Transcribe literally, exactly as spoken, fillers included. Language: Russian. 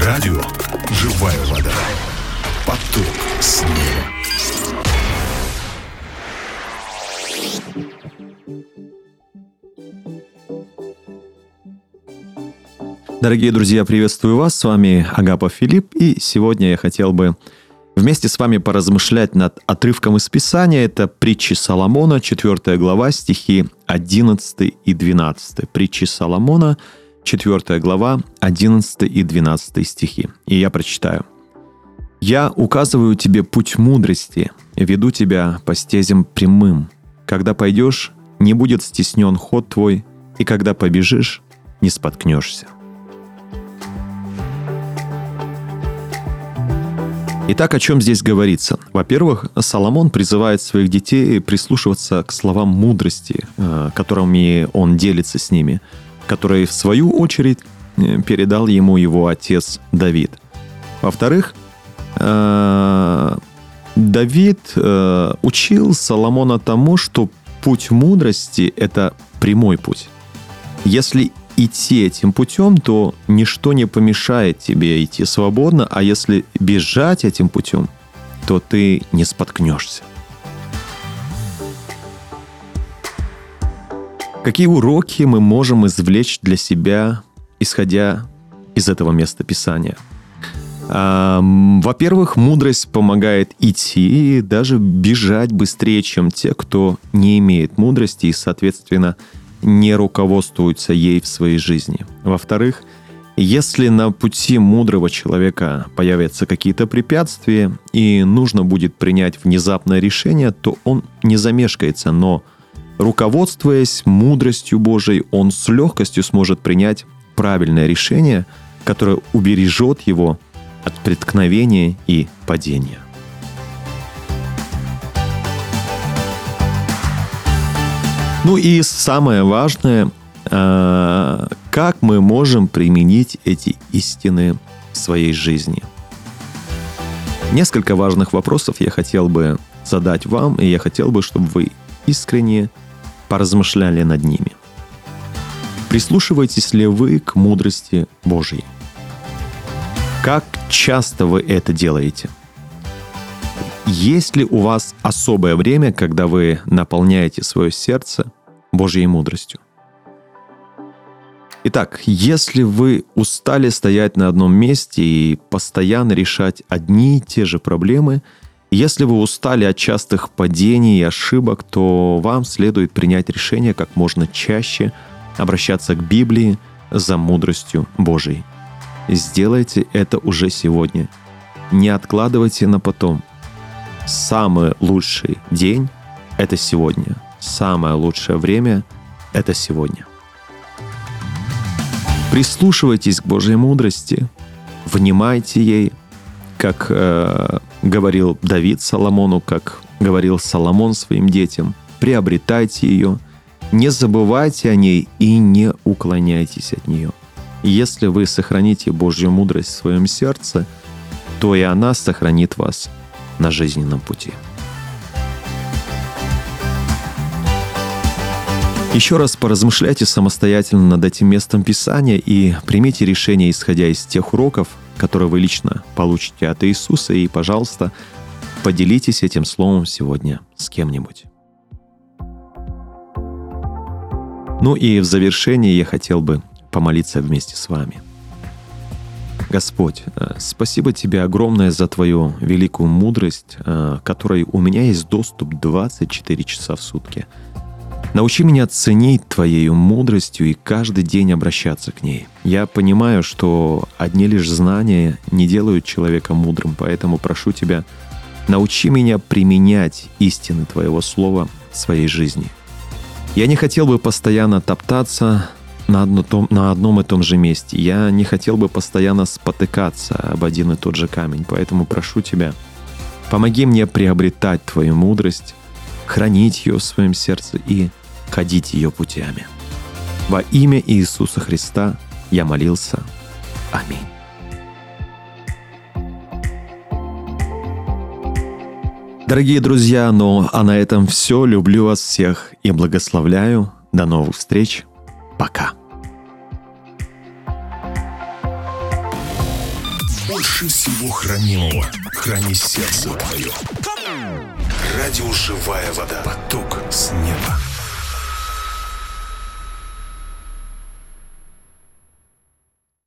Радио «Живая вода». Поток снега. Дорогие друзья, приветствую вас. С вами Агапов Филипп. И сегодня я хотел бы вместе с вами поразмышлять над отрывком из Писания. Это притчи Соломона, четвёртая глава, стихи одиннадцатый и двенадцатый. Притчи Соломона, четвёртая глава, одиннадцатый и двенадцатый стихи. И я прочитаю. «Я указываю тебе путь мудрости, веду тебя по стезям прямым. Когда пойдешь, не будет стеснен ход твой, и когда побежишь, не споткнешься». Итак, о чем здесь говорится? Во-первых, Соломон призывает своих детей прислушиваться к словам мудрости, которыми он делится с ними, которые, в свою очередь, передал ему его отец Давид. Во-вторых, Давид учил Соломона тому, что путь мудрости — это прямой путь. Если идти этим путем, то ничто не помешает тебе идти свободно, а если бежать этим путем, то ты не споткнешься. Какие уроки мы можем извлечь для себя, исходя из этого места Писания? Во-первых, мудрость помогает идти и даже бежать быстрее, чем те, кто не имеет мудрости и, соответственно, не руководствуются ей в своей жизни. Во-вторых, если на пути мудрого человека появятся какие-то препятствия и нужно будет принять внезапное решение, то он не замешкается, но, руководствуясь мудростью Божией, он с легкостью сможет принять правильное решение, которое убережет его от преткновения и падения. Ну и самое важное, как мы можем применить эти истины в своей жизни. Несколько важных вопросов я хотел бы задать вам, и я хотел бы, чтобы вы искренне поразмышляли над ними. Прислушиваетесь ли вы к мудрости Божьей? Как часто вы это делаете? Есть ли у вас особое время, когда вы наполняете свое сердце Божьей мудростью? Итак, если вы устали стоять на одном месте и постоянно решать одни и те же проблемы, если вы устали от частых падений и ошибок, то вам следует принять решение как можно чаще обращаться к Библии за мудростью Божией. Сделайте это уже сегодня. Не откладывайте на потом. Самый лучший день — это сегодня. Самое лучшее время — это сегодня. Прислушивайтесь к Божьей мудрости, внимайте ей, как э, говорил Давид Соломону, как говорил Соломон своим детям. Приобретайте ее, не забывайте о ней и не уклоняйтесь от нее. Если вы сохраните Божью мудрость в своем сердце, то и она сохранит вас на жизненном пути. Еще раз поразмышляйте самостоятельно над этим местом Писания и примите решение, исходя из тех уроков, которые вы лично получите от Иисуса, и, пожалуйста, поделитесь этим словом сегодня с кем-нибудь. Ну и в завершении я хотел бы помолиться вместе с вами. Господь, спасибо Тебе огромное за Твою великую мудрость, которой у меня есть доступ двадцать четыре часа в сутки. Научи меня ценить Твоей мудростью и каждый день обращаться к ней. Я понимаю, что одни лишь знания не делают человека мудрым, поэтому прошу Тебя, научи меня применять истины Твоего Слова в своей жизни. Я не хотел бы постоянно топтаться на, одно, на одном и том же месте. Я не хотел бы постоянно спотыкаться об один и тот же камень. Поэтому прошу Тебя, помоги мне приобретать Твою мудрость, хранить ее в своем сердце и ходить ее путями. Во имя Иисуса Христа я молился. Аминь. Дорогие друзья, ну а на этом все. Люблю вас всех и благословляю. До новых встреч. Пока. Больше всего хранимого храни сердце твое. Радио «Живая вода». Поток с неба.